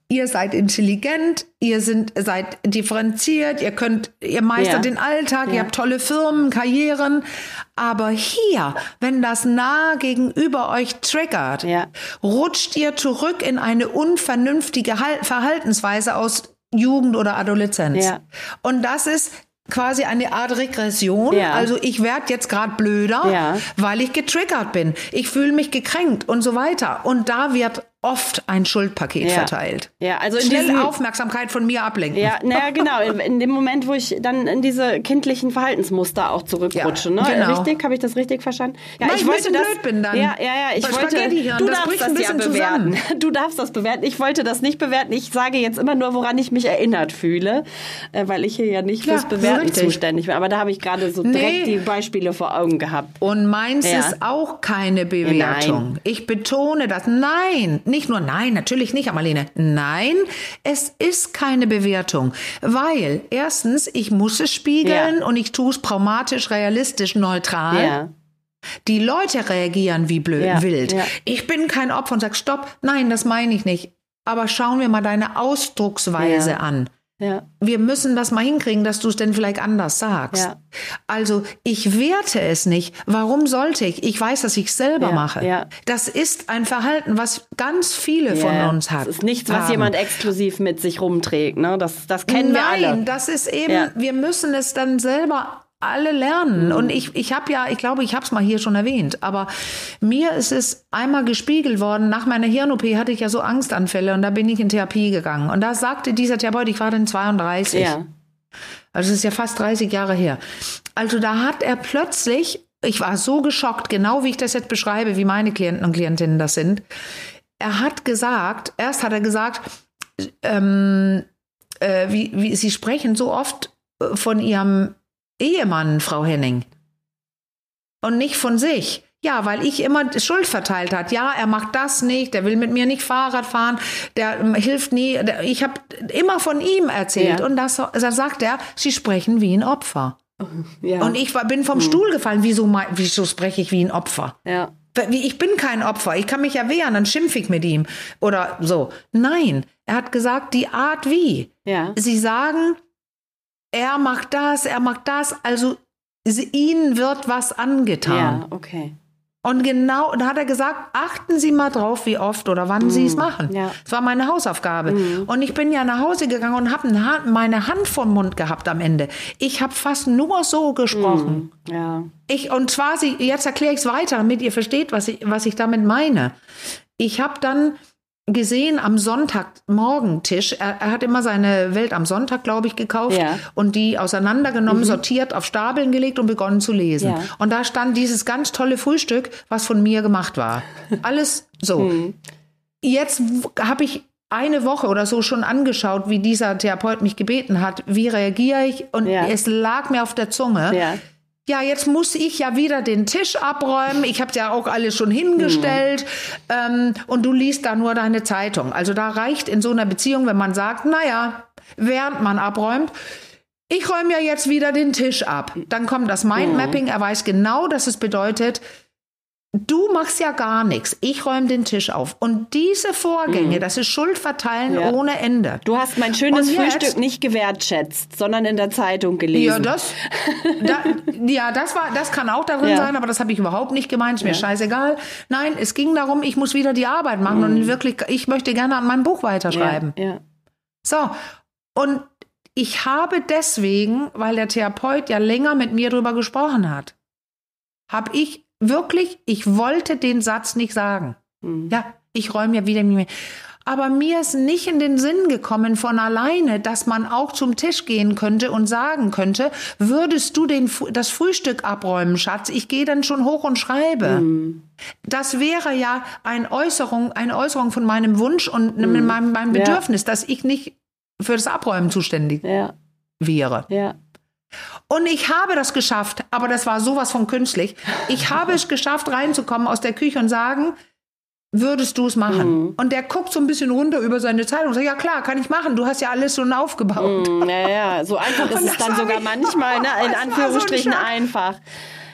ihr seid intelligent, ihr sind, seid differenziert, ihr könnt, ihr meistert ja. den Alltag, ja. ihr habt tolle Firmen, Karrieren. Aber hier, wenn das nah gegenüber euch triggert, ja. rutscht ihr zurück in eine unvernünftige Verhaltensweise aus Jugend oder Adoleszenz. Ja. Und das ist quasi eine Art Regression. Ja. Also ich werde jetzt gerade blöder, ja. weil ich getriggert bin. Ich fühle mich gekränkt und so weiter. Und da wird oft ein Schuldpaket ja. verteilt. Ja, also in Schnell Aufmerksamkeit von mir ablenken. Ja, naja, genau. In, in dem Moment, wo ich dann in diese kindlichen Verhaltensmuster auch zurückrutsche. Ja, ne? Genau. Richtig? Habe ich das richtig verstanden? Ja, Nein, ich, ich wollte das, blöd bin dann. Ja, ja, ja. Ich wollte, du das darfst das ja bewerten. Zusammen. Du darfst das bewerten. Ich wollte das nicht bewerten. Ich sage jetzt immer nur, woran ich mich erinnert fühle, weil ich hier ja nicht fürs ja, Bewerten so zuständig bin. Aber da habe ich gerade so direkt nee. die Beispiele vor Augen gehabt. Und meins ja. ist auch keine Bewertung. Nein. Ich betone das. Nein, nicht nur nein, natürlich nicht, Marlene. Nein, es ist keine Bewertung, weil erstens, ich muss es spiegeln ja. und ich tue es pragmatisch, realistisch, neutral. Ja. Die Leute reagieren wie blöd, ja. wild. Ja. Ich bin kein Opfer und sag stopp, nein, das meine ich nicht. Aber schauen wir mal deine Ausdrucksweise ja. an. Ja. Wir müssen das mal hinkriegen, dass du es denn vielleicht anders sagst. Ja. Also ich werte es nicht. Warum sollte ich? Ich weiß, dass ich es selber ja. mache. Ja. Das ist ein Verhalten, was ganz viele ja. von uns hat. Das ist nichts, was haben. jemand exklusiv mit sich rumträgt. Ne? Das, das kennen Nein, wir alle. Nein, das ist eben, ja. wir müssen es dann selber alle lernen. Mhm. Und ich, ich habe ja, ich glaube, ich habe es mal hier schon erwähnt, aber mir ist es einmal gespiegelt worden, nach meiner Hirn-O P hatte ich ja so Angstanfälle und da bin ich in Therapie gegangen. Und da sagte dieser Therapeut, ich war dann zweiunddreißig. Ja. Also das ist ja fast dreißig Jahre her. Also da hat er plötzlich, ich war so geschockt, genau wie ich das jetzt beschreibe, wie meine Klienten und Klientinnen das sind. Er hat gesagt, erst hat er gesagt, ähm, äh, wie, wie Sie sprechen so oft von Ihrem Ehemann, Frau Henning. Und nicht von sich. Ja, weil ich immer Schuld verteilt hat. Ja, er macht das nicht, der will mit mir nicht Fahrrad fahren, der hilft nie. Der, ich habe immer von ihm erzählt. Ja. Und das, da sagt er, Sie sprechen wie ein Opfer. Ja. Und ich war, bin vom hm. Stuhl gefallen. Wieso, wieso spreche ich wie ein Opfer? Ja. Ich bin kein Opfer. Ich kann mich ja wehren, dann schimpfe ich mit ihm. Oder so. Nein, er hat gesagt, die Art wie. Ja. Sie sagen, er macht das, er macht das, also sie, ihnen wird was angetan. Ja, okay. Und genau, da hat er gesagt, achten Sie mal drauf, wie oft oder wann mm, Sie es machen. Ja. Das war meine Hausaufgabe. Mm. Und ich bin ja nach Hause gegangen und habe meine Hand vom Mund gehabt am Ende. Ich habe fast nur so gesprochen. Mm, ja. Ich, und zwar, sie, jetzt erkläre ich es weiter, damit ihr versteht, was ich, was ich damit meine. Ich habe dann gesehen am Sonntagmorgentisch, er, er hat immer seine Welt am Sonntag, glaube ich, gekauft ja. und die auseinandergenommen, mhm. sortiert, auf Stapeln gelegt und begonnen zu lesen. Ja. Und da stand dieses ganz tolle Frühstück, was von mir gemacht war. Alles so. Mhm. Jetzt habe ich eine Woche oder so schon angeschaut, wie dieser Therapeut mich gebeten hat, wie reagiere ich? Und ja. es lag mir auf der Zunge. Ja. Ja, jetzt muss ich ja wieder den Tisch abräumen. Ich habe ja auch alles schon hingestellt. Mhm. Ähm, und du liest da nur deine Zeitung. Also da reicht in so einer Beziehung, wenn man sagt, naja, während man abräumt, ich räume ja jetzt wieder den Tisch ab. Dann kommt das Mindmapping. Mhm. Er weiß genau, dass es bedeutet, du machst ja gar nichts. Ich räume den Tisch auf. Und diese Vorgänge, mhm. das ist Schuldverteilen ja. ohne Ende. Du hast mein schönes jetzt, Frühstück nicht gewertschätzt, sondern in der Zeitung gelesen. Ja, das, da, ja, das, war, das kann auch darin ja. sein, aber das habe ich überhaupt nicht gemeint. Ist mir ja. scheißegal. Nein, es ging darum, ich muss wieder die Arbeit machen mhm. und wirklich, ich möchte gerne an meinem Buch weiterschreiben. Ja. Ja. So, und ich habe deswegen, weil der Therapeut ja länger mit mir drüber gesprochen hat, habe ich wirklich, ich wollte den Satz nicht sagen. Mhm. Ja, ich räume ja wieder mit mir. Aber mir ist nicht in den Sinn gekommen von alleine, dass man auch zum Tisch gehen könnte und sagen könnte, würdest du den, das Frühstück abräumen, Schatz? Ich gehe dann schon hoch und schreibe. Mhm. Das wäre ja eine Äußerung, eine Äußerung von meinem Wunsch und mhm. meinem, meinem Bedürfnis, ja. dass ich nicht für das Abräumen zuständig ja. wäre. Ja. Und ich habe das geschafft, aber das war sowas von künstlich. Ich habe es geschafft, reinzukommen aus der Küche und sagen, würdest du es machen? Mhm. Und der guckt so ein bisschen runter über seine Zeitung und sagt, ja klar, kann ich machen, du hast ja alles schon aufgebaut. Mhm, ja, ja, so einfach ist es dann sogar manchmal, ne? In Anführungsstrichen so einfach.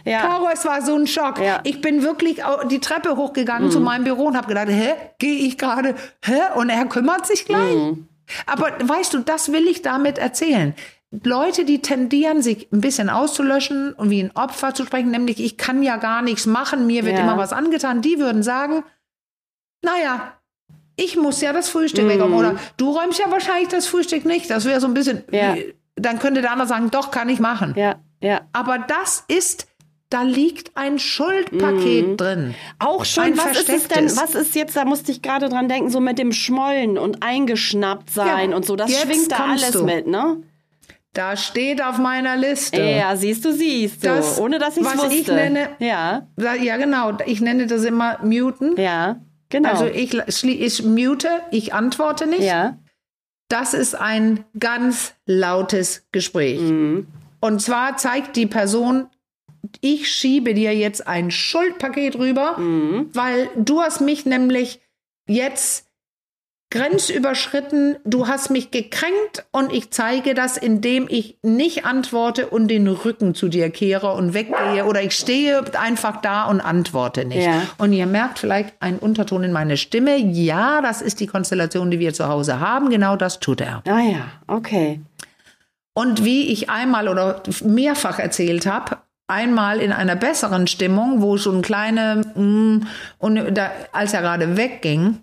Ja. Caro, es war so ein Schock. Ja. Ich bin wirklich die Treppe hochgegangen mhm. zu meinem Büro und habe gedacht, hä, gehe ich gerade, hä? Und er kümmert sich gleich. Mhm. Aber weißt du, das will ich damit erzählen. Leute, die tendieren, sich ein bisschen auszulöschen und wie ein Opfer zu sprechen, nämlich ich kann ja gar nichts machen, mir wird ja. immer was angetan, die würden sagen, naja, ich muss ja das Frühstück mm. wegräumen. Oder du räumst ja wahrscheinlich das Frühstück nicht. Das wäre so ein bisschen, ja. dann könnte der andere sagen, doch, kann ich machen. Ja, ja. Aber das ist, da liegt ein Schuldpaket mm. drin. Auch schon, ein was ist es denn, was ist jetzt, da musste ich gerade dran denken, so mit dem Schmollen und eingeschnappt sein ja, und so, das schwingt da alles du. mit, ne? Da steht auf meiner Liste. Ja, siehst du, siehst du. Das, ohne dass ich es wusste. Ich nenne, ja. ja, genau. Ich nenne das immer muten. Ja, genau. Also ich, ich mute, ich antworte nicht. Ja. Das ist ein ganz lautes Gespräch. Mhm. Und zwar zeigt die Person, ich schiebe dir jetzt ein Schuldpaket rüber, mhm. weil du hast mich nämlich jetzt grenzüberschritten, du hast mich gekränkt und ich zeige das, indem ich nicht antworte und den Rücken zu dir kehre und weggehe oder ich stehe einfach da und antworte nicht. Ja. Und ihr merkt vielleicht einen Unterton in meiner Stimme. Ja, das ist die Konstellation, die wir zu Hause haben. Genau das tut er. Ah ja, okay. Und wie ich einmal oder mehrfach erzählt habe, einmal in einer besseren Stimmung, wo schon kleine, mm, und da, als er gerade wegging,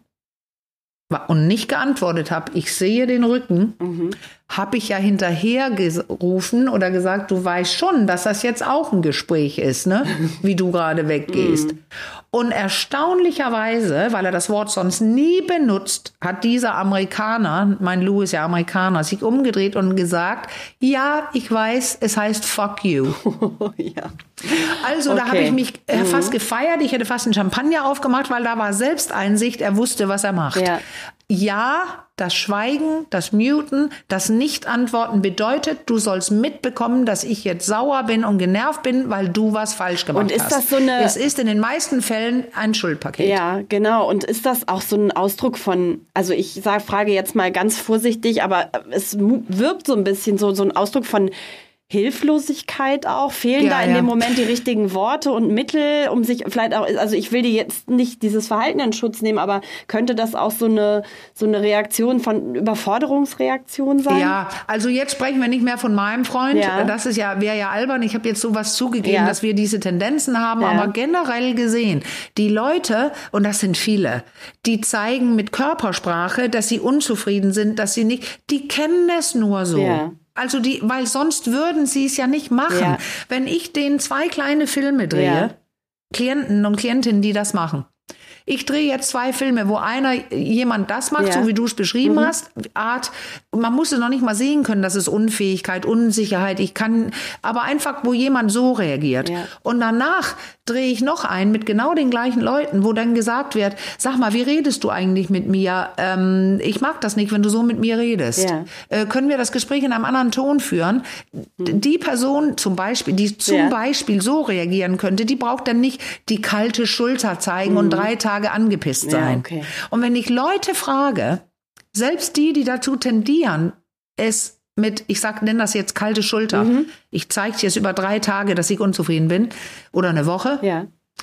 und nicht geantwortet habe, ich sehe den Rücken, mhm. habe ich ja hinterher gerufen oder gesagt, du weißt schon, dass das jetzt auch ein Gespräch ist, ne? Wie du gerade weggehst. Mhm. Und erstaunlicherweise, weil er das Wort sonst nie benutzt, hat dieser Amerikaner, mein Lou ist ja Amerikaner, sich umgedreht und gesagt, ja, ich weiß, es heißt fuck you. ja. Also okay. Da habe ich mich äh, fast mhm. gefeiert, ich hätte fast einen Champagner aufgemacht, weil da war Selbsteinsicht, er wusste, was er macht. Ja. Ja, das Schweigen, das Muten, das Nicht-Antworten bedeutet, du sollst mitbekommen, dass ich jetzt sauer bin und genervt bin, weil du was falsch gemacht hast. Und ist hast. das so eine? Es ist in den meisten Fällen ein Schuldpaket. Ja, genau. Und ist das auch so ein Ausdruck von, also ich sag, frage jetzt mal ganz vorsichtig, aber es wirkt so ein bisschen so, so ein Ausdruck von Hilflosigkeit auch? Fehlen ja, da in ja. dem Moment die richtigen Worte und Mittel, um sich vielleicht auch, also ich will dir jetzt nicht dieses Verhalten in Schutz nehmen, aber könnte das auch so eine, so eine Reaktion von Überforderungsreaktion sein? Ja, also jetzt sprechen wir nicht mehr von meinem Freund. Ja. Das ist ja, wäre ja albern. Ich habe jetzt sowas zugegeben, ja. dass wir diese Tendenzen haben, ja. aber generell gesehen, die Leute, und das sind viele, die zeigen mit Körpersprache, dass sie unzufrieden sind, dass sie nicht, die kennen es nur so. Ja. Also die, weil sonst würden sie es ja nicht machen. Ja. Wenn ich denen zwei kleine Filme drehe, ja. Klienten und Klientinnen, die das machen. Ich drehe jetzt zwei Filme, wo einer jemand das macht, ja. so wie du es beschrieben mhm. hast. Art, man muss es noch nicht mal sehen können, das ist Unfähigkeit, Unsicherheit. Ich kann, aber einfach, wo jemand so reagiert. Ja. Und danach drehe ich noch einen mit genau den gleichen Leuten, wo dann gesagt wird, sag mal, wie redest du eigentlich mit mir? Ähm, ich mag das nicht, wenn du so mit mir redest. Ja. Äh, können wir das Gespräch in einem anderen Ton führen? Mhm. Die Person zum Beispiel, die zum ja. Beispiel so reagieren könnte, die braucht dann nicht die kalte Schulter zeigen mhm. und drei Tage angepisst sein. Ja, okay. Und wenn ich Leute frage, selbst die, die dazu tendieren, es mit, ich sag, nenne das jetzt kalte Schulter, mhm. ich zeige dir jetzt über drei Tage, dass ich unzufrieden bin, oder eine Woche, ja.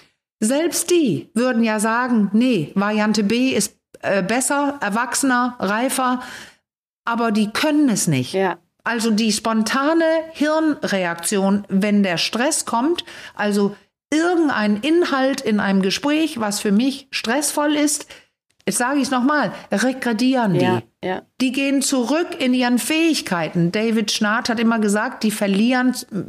selbst die würden ja sagen, nee, Variante B ist äh, besser, erwachsener, reifer, aber die können es nicht. Ja. Also die spontane Hirnreaktion, wenn der Stress kommt, also irgendein Inhalt in einem Gespräch, was für mich stressvoll ist, jetzt sage ich es nochmal, regredieren die. Ja, ja. Die gehen zurück in ihren Fähigkeiten. David Schnarrt hat immer gesagt, die verlieren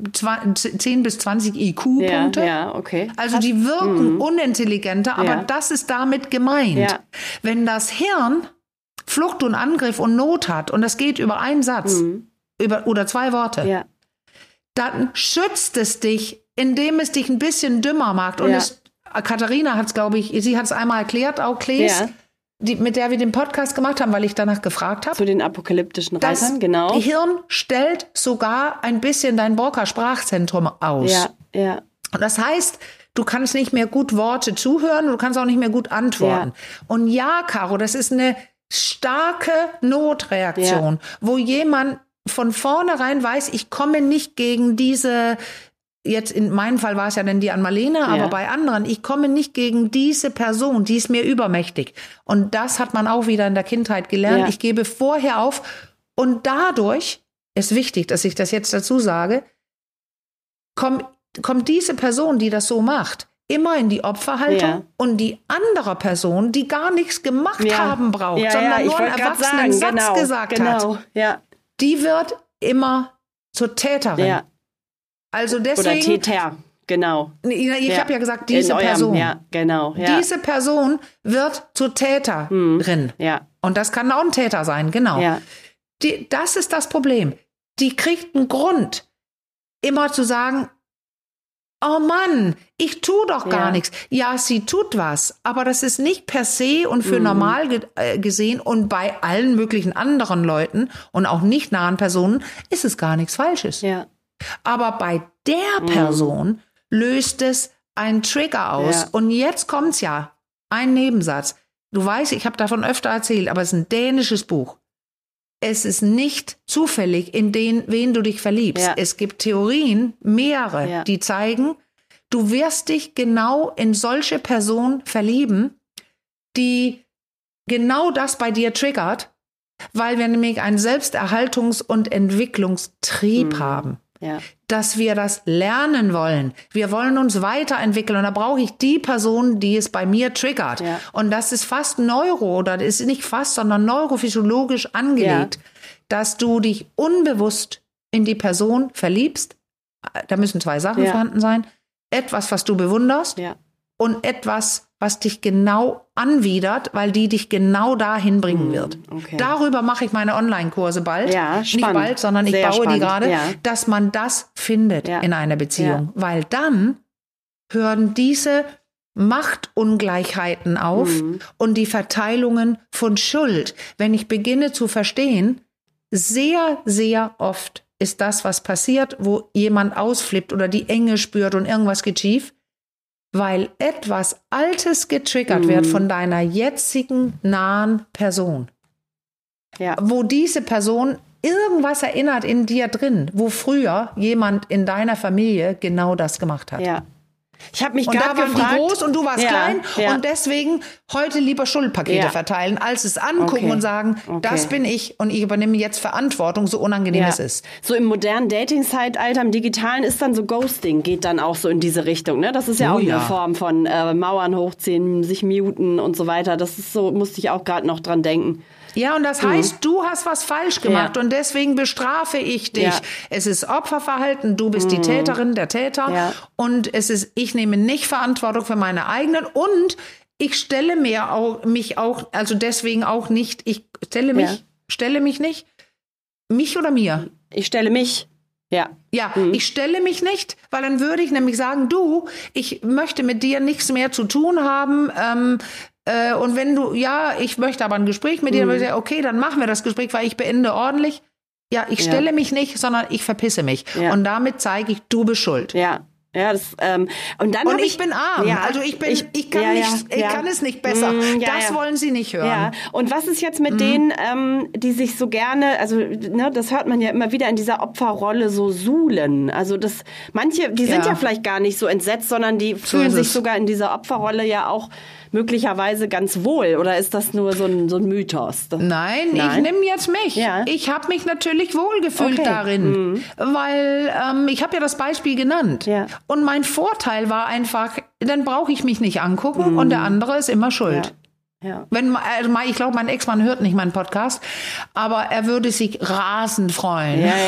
zehn bis zwanzig I Q-Punkte. Ja, ja, okay. Also die wirken mhm. unintelligenter, aber ja. das ist damit gemeint. Ja. Wenn das Hirn Flucht und Angriff und Not hat und das geht über einen Satz mhm. über, oder zwei Worte, ja. dann schützt es dich, indem es dich ein bisschen dümmer macht. Und ja. es, Katharina hat es, glaube ich, sie hat es einmal erklärt, auch Klees, ja. die, mit der wir den Podcast gemacht haben, weil ich danach gefragt habe. Zu den apokalyptischen Reitern, genau. Das Gehirn stellt sogar ein bisschen dein Broca Sprachzentrum aus. Ja, ja. Und das heißt, du kannst nicht mehr gut Worte zuhören, du kannst auch nicht mehr gut antworten. Ja. Und ja, Caro, das ist eine starke Notreaktion, ja. wo jemand von vornherein weiß, ich komme nicht gegen diese jetzt in meinem Fall war es ja dann die Ann-Marlene, aber ja. bei anderen, ich komme nicht gegen diese Person, die ist mir übermächtig. Und das hat man auch wieder in der Kindheit gelernt. Ja. Ich gebe vorher auf und dadurch ist wichtig, dass ich das jetzt dazu sage, kommt, kommt diese Person, die das so macht, immer in die Opferhaltung ja. und die andere Person, die gar nichts gemacht ja. haben braucht, ja, sondern ja, nur einen erwachsenen sagen, Satz genau, gesagt genau, hat, ja. die wird immer zur Täterin. Ja. Also deswegen, oder Täter, genau. Ich ja. habe ja gesagt, diese eurem, Person. Ja, genau. Ja. Diese Person wird zur Täterin. Hm. Ja. Und das kann auch ein Täter sein, genau. Ja. Die, das ist das Problem. Die kriegt einen Grund, immer zu sagen, oh Mann, ich tue doch gar ja. nichts. Ja, sie tut was, aber das ist nicht per se und für mhm. normal ge- äh, gesehen und bei allen möglichen anderen Leuten und auch nicht nahen Personen ist es gar nichts Falsches. Ja. Aber bei der Person mhm. löst es einen Trigger aus. Ja. Und jetzt kommt's ja, ein Nebensatz. Du weißt, ich habe davon öfter erzählt, aber es ist ein dänisches Buch. Es ist nicht zufällig, in den, wen du dich verliebst. Ja. Es gibt Theorien, mehrere, ja. die zeigen, du wirst dich genau in solche Person verlieben, die genau das bei dir triggert, weil wir nämlich einen Selbsterhaltungs- und Entwicklungstrieb mhm. haben. Ja. Dass wir das lernen wollen. Wir wollen uns weiterentwickeln und da brauche ich die Person, die es bei mir triggert. Ja. Und das ist fast neuro, oder das ist nicht fast, sondern neurophysiologisch angelegt, ja. dass du dich unbewusst in die Person verliebst. Da müssen zwei Sachen ja. vorhanden sein. Etwas, was du bewunderst ja. und etwas, was dich genau anwidert, weil die dich genau dahin bringen wird. Okay. Darüber mache ich meine Online-Kurse bald. Ja, nicht bald, sondern ich Sehr baue spannend. die gerade, ja. dass man das findet ja. in einer Beziehung. Ja. Weil dann hören diese Machtungleichheiten auf mhm. und die Verteilungen von Schuld. Wenn ich beginne zu verstehen, sehr, sehr oft ist das, was passiert, wo jemand ausflippt oder die Enge spürt und irgendwas geht schief, weil etwas Altes getriggert mm. wird von deiner jetzigen nahen Person. Ja. Wo diese Person irgendwas erinnert in dir drin, wo früher jemand in deiner Familie genau das gemacht hat. Ja. Ich habe mich und gerade gefragt. Und da waren die groß und du warst ja, klein. Ja. Und deswegen heute lieber Schuldpakete ja. verteilen, als es angucken okay. und sagen, okay. das bin ich und ich übernehme jetzt Verantwortung, so unangenehm ja. es ist. So im modernen Dating-Zeitalter, im Digitalen ist dann so Ghosting, geht dann auch so in diese Richtung. Ne? Das ist ja oh, auch ja. eine Form von äh, Mauern hochziehen, sich muten und so weiter. Das ist so, musste ich auch gerade noch dran denken. Ja, und das heißt, mhm. du hast was falsch gemacht ja. und deswegen bestrafe ich dich. Ja. Es ist Opferverhalten, du bist mhm. die Täterin, der Täter ja. und es ist, ich nehme nicht Verantwortung für meine eigenen und ich stelle mir auch, mich auch, also deswegen auch nicht, ich stelle mich, ja. stelle mich nicht, mich oder mir? Ich stelle mich. Ja. Ja, mhm. ich stelle mich nicht, weil dann würde ich nämlich sagen, du, ich möchte mit dir nichts mehr zu tun haben, ähm, äh, und wenn du, ja, ich möchte aber ein Gespräch mit dir, mhm. dann würde ich sagen, okay, dann machen wir das Gespräch, weil ich beende ordentlich. Ja, ich stelle ja. mich nicht, sondern ich verpisse mich. Ja. Und damit zeige ich, du bist schuld. Ja. Ja, das, ähm, und dann und ich, ich bin arm. Ja, also ich bin, ich, ich kann ja, nicht, ja, ich ja. kann es nicht besser. Mm, ja, das ja. wollen sie nicht hören. Ja. Und was ist jetzt mit mm. denen, ähm, die sich so gerne, also ne, das hört man ja immer wieder in dieser Opferrolle so suhlen. Also das, manche, die sind ja, ja vielleicht gar nicht so entsetzt, sondern die fühlen so sich sogar in dieser Opferrolle ja auch möglicherweise ganz wohl. Oder ist das nur so ein, so ein Mythos? Das, nein, nein, ich nehme jetzt mich. Ja. Ich habe mich natürlich wohlgefühlt okay. darin, mm. weil ähm, ich habe ja das Beispiel genannt. Ja. Und mein Vorteil war einfach, dann brauche ich mich nicht angucken mm. und der andere ist immer schuld. Ja. Ja. Wenn, also ich glaube, mein Ex-Mann hört nicht meinen Podcast, aber er würde sich rasend freuen, ja,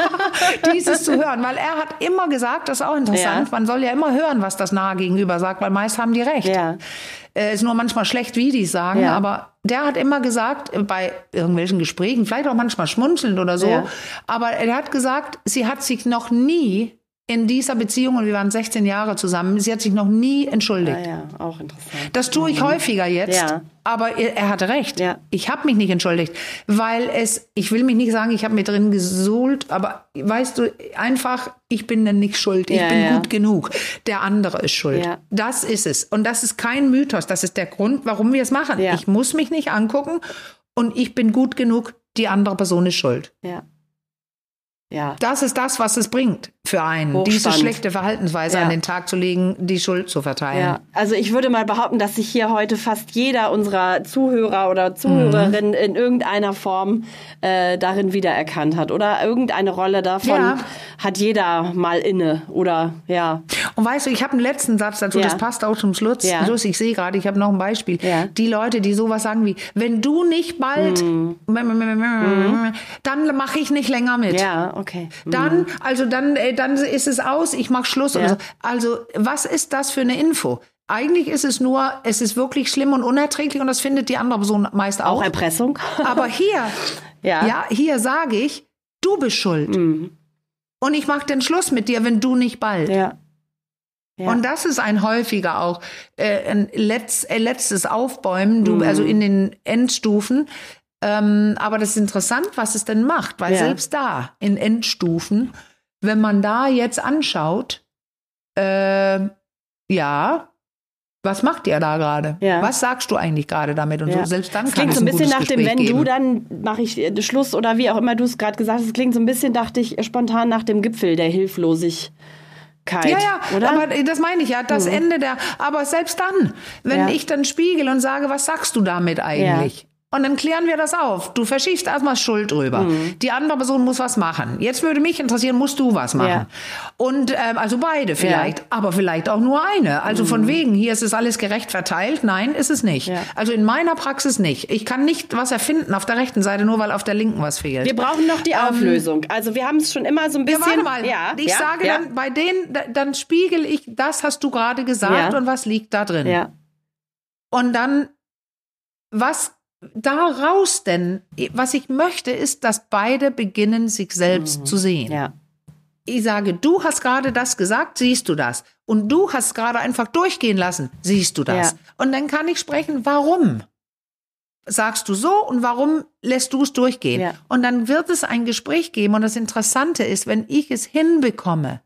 ja. dieses zu hören, weil er hat immer gesagt, das ist auch interessant, ja. man soll ja immer hören, was das nahe Gegenüber sagt, weil meist haben die recht. Ja. Äh, ist nur manchmal schlecht, wie die es sagen, ja. aber der hat immer gesagt, bei irgendwelchen Gesprächen, vielleicht auch manchmal schmunzelnd oder so, ja. aber er hat gesagt, sie hat sich noch nie in dieser Beziehung, und wir waren sechzehn Jahre zusammen, sie hat sich noch nie entschuldigt. Ja, ja, auch interessant. Das tue ich mhm. häufiger jetzt, ja. aber er, er hatte recht. Ja. Ich habe mich nicht entschuldigt, weil es, ich will mich nicht sagen, ich habe mir drin gesuhlt, aber weißt du, einfach, ich bin dann nicht schuld, ich ja, bin ja. gut genug. Der andere ist schuld. Ja. Das ist es. Und das ist kein Mythos, das ist der Grund, warum wir es machen. Ja. Ich muss mich nicht angucken und ich bin gut genug, die andere Person ist schuld. Ja. Ja. Das ist das, was es bringt. für einen, Hochspannend. diese schlechte Verhaltensweise ja. an den Tag zu legen, die Schuld zu verteilen. Ja. Also ich würde mal behaupten, dass sich hier heute fast jeder unserer Zuhörer oder Zuhörerin mhm. in irgendeiner Form äh, darin wiedererkannt hat. Oder irgendeine Rolle davon ja. hat jeder mal inne. Oder ja. Und weißt du, ich habe einen letzten Satz dazu, ja. das passt auch zum Schluss. Ja. Schluss. Ich sehe gerade, ich habe noch ein Beispiel. Ja. Die Leute, die sowas sagen wie, wenn du nicht bald, mhm. dann mache ich nicht länger mit. Ja, okay. Mhm. Dann, also dann, dann ist es aus, ich mache Schluss. Ja. Oder so. Also was ist das für eine Info? Eigentlich ist es nur, es ist wirklich schlimm und unerträglich und das findet die andere Person meist auch. Auch Erpressung. Aber hier, ja. ja, hier sage ich, du bist schuld. Mhm. Und ich mache den Schluss mit dir, wenn du nicht bald. Ja. Ja. Und das ist ein häufiger auch äh, ein letz, äh, letztes Aufbäumen, du, mhm. also in den Endstufen. Ähm, aber das ist interessant, was es denn macht, weil ja. selbst da in Endstufen, wenn man da jetzt anschaut, äh, ja, was macht ihr da gerade? Ja. Was sagst du eigentlich gerade damit? Und ja. so, selbst dann das kann klingt es so ein bisschen nach Gespräch dem, wenn geben. du, dann mache ich Schluss oder wie auch immer du es gerade gesagt hast. Es klingt so ein bisschen, dachte ich, spontan nach dem Gipfel der Hilflosigkeit. Ja, ja, oder? Aber das meine ich ja, das hm. Ende der, aber selbst dann, wenn ja. ich dann spiegel und sage, was sagst du damit eigentlich? Ja. Und dann klären wir das auf. Du verschiebst erstmal Schuld drüber. Mhm. Die andere Person muss was machen. Jetzt würde mich interessieren, musst du was machen? Ja. Und ähm, also beide vielleicht, ja. aber vielleicht auch nur eine. Also mhm. von wegen, hier ist es alles gerecht verteilt. Nein, ist es nicht. Ja. Also in meiner Praxis nicht. Ich kann nicht was erfinden auf der rechten Seite, nur weil auf der linken was fehlt. Wir brauchen noch die ähm, Auflösung. Also wir haben es schon immer so ein bisschen... Ja, warte mal. Ja, ich ja, sage ja. dann, bei denen, dann spiegel ich, das hast du gerade gesagt ja. und was liegt da drin. Ja. Und dann, was... Daraus denn, was ich möchte, ist, dass beide beginnen, sich selbst mhm. zu sehen. Ja. Ich sage, du hast gerade das gesagt, siehst du das? Und du hast gerade einfach durchgehen lassen, siehst du das? Ja. Und dann kann ich sprechen, warum sagst du so und warum lässt du es durchgehen? Ja. Und dann wird es ein Gespräch geben. Und das Interessante ist, wenn ich es hinbekomme,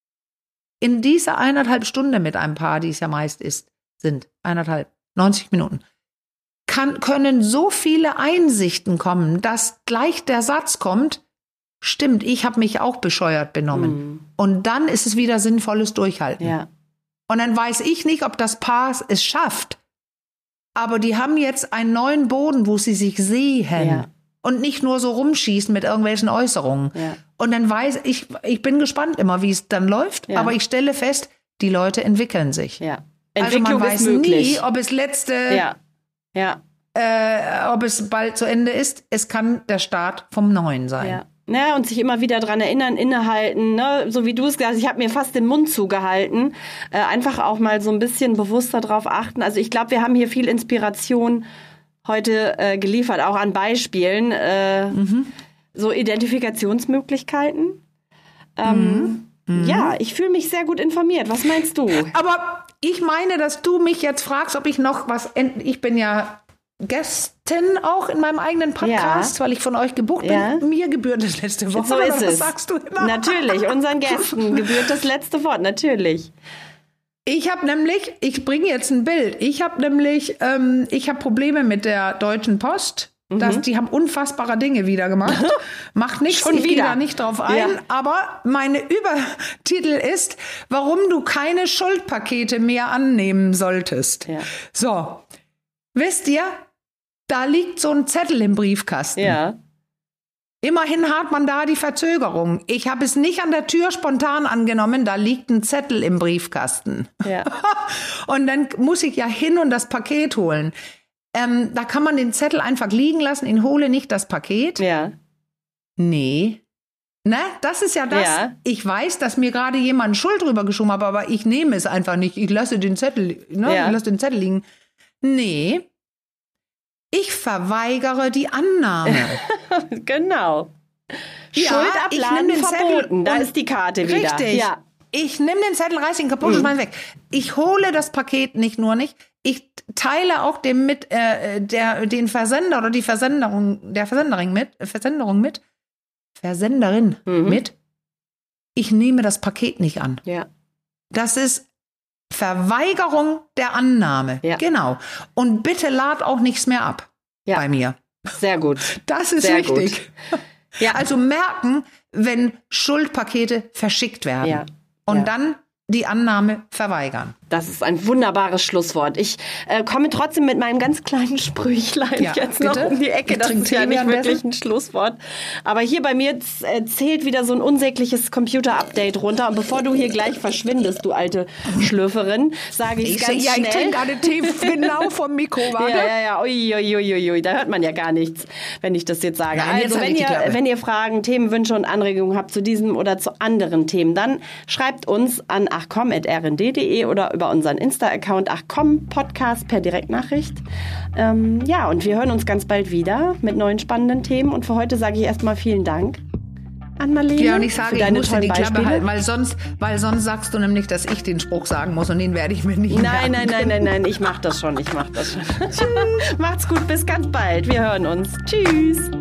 in dieser eineinhalb Stunde mit einem Paar, die es ja meist ist, sind, eineinhalb, neunzig Minuten, Kann, können so viele Einsichten kommen, dass gleich der Satz kommt, stimmt, ich habe mich auch bescheuert benommen. Mhm. Und dann ist es wieder sinnvolles Durchhalten. Ja. Und dann weiß ich nicht, ob das Paar es schafft, aber die haben jetzt einen neuen Boden, wo sie sich sehen ja. und nicht nur so rumschießen mit irgendwelchen Äußerungen. Ja. Und dann weiß ich, ich bin gespannt immer, wie es dann läuft, ja. aber ich stelle fest, die Leute entwickeln sich. Ja. Entwicklung also man weiß ist möglich. nie, ob es letzte... Ja. Ja. Äh, ob es bald zu Ende ist, es kann der Start vom Neuen sein. Ja. Ja, und sich immer wieder dran erinnern, innehalten, ne? So wie du es gesagt hast, ich habe mir fast den Mund zugehalten. Äh, einfach auch mal so ein bisschen bewusster drauf achten. Also ich glaube, wir haben hier viel Inspiration heute äh, geliefert, auch an Beispielen. Äh, mhm. So Identifikationsmöglichkeiten. Ähm, mhm. Ja, ich fühle mich sehr gut informiert. Was meinst du? Aber ich meine, dass du mich jetzt fragst, ob ich noch was... Ich bin ja Gästin auch in meinem eigenen Podcast, ja. weil ich von euch gebucht bin. Ja. Mir gebührt das letzte Wort. So ist was es. sagst du immer? Natürlich, unseren Gästen gebührt das letzte Wort, natürlich. Ich habe nämlich, ich bringe jetzt ein Bild, ich habe nämlich, ähm, ich habe Probleme mit der Deutschen Post. Mhm. Das, die haben unfassbare Dinge wieder gemacht. Macht nichts, ich gehe da nicht drauf ein. Ja. Aber meine Übertitel ist, warum du keine Schuldpakete mehr annehmen solltest. Ja. So, wisst ihr, da liegt so ein Zettel im Briefkasten. Ja. Immerhin hat man da die Verzögerung. Ich habe es nicht an der Tür spontan angenommen, da liegt ein Zettel im Briefkasten. Ja. Und dann muss ich ja hin und das Paket holen. Ähm, da kann man den Zettel einfach liegen lassen, ihn hole nicht das Paket. Ja. Nee. Ne, das ist ja das. Ja. Ich weiß, dass mir gerade jemand Schuld drüber geschoben hat, aber ich nehme es einfach nicht. Ich lasse den Zettel, ne, ja. ich lasse den Zettel liegen. Nee. Ich verweigere die Annahme. Genau. Ja, Schuld abladen ich den verboten. Da ist die Karte wieder. Richtig. Ja. Ich nehme den Zettel, reiße ihn kaputt und schmeiße weg. Ich hole das Paket nicht nur nicht. Ich teile auch dem mit äh, der den Versender oder die Versenderung der Versenderin mit Versenderung mit Versenderin mhm. mit. Ich nehme das Paket nicht an. Ja. Das ist Verweigerung der Annahme. Ja. Genau. Und bitte lad auch nichts mehr ab ja. bei mir. Sehr gut. Das ist Sehr wichtig. Gut. Ja. Also merken, wenn Schuldpakete verschickt werden. Ja. Und ja. dann die Annahme verweigern. Das ist ein wunderbares Schlusswort. Ich äh, komme trotzdem mit meinem ganz kleinen Sprüchlein ja, jetzt bitte? noch um die Ecke. Ich das ist ja nicht wirklich besten. ein Schlusswort. Aber hier bei mir äh, zählt wieder so ein unsägliches Computer-Update runter. Und bevor du hier gleich verschwindest, du alte Schlürferin, sage ich, ich ganz ja, schnell. Ich trinke gerade Tee genau vom Mikro. Warte. Ja, ja, ja. Ui, ui, ui, ui. Da hört man ja gar nichts, wenn ich das jetzt sage. Nein, also jetzt wenn ihr, wenn ihr Fragen, Themenwünsche und Anregungen habt zu diesem oder zu anderen Themen, dann schreibt uns an achcom at r n d punkt d e oder über unseren Insta-Account achcom Podcast per Direktnachricht. Ähm, ja, und wir hören uns ganz bald wieder mit neuen spannenden Themen. Und für heute sage ich erstmal vielen Dank an Marlene. Ja, und ich sage, für deine ich muss die Klappe Beispiele. halten, weil sonst, weil sonst sagst du nämlich, dass ich den Spruch sagen muss und den werde ich mir nicht Nein, merken. nein, nein, nein, nein, ich mach das schon, ich mach das schon. Macht's gut, bis ganz bald. Wir hören uns. Tschüss.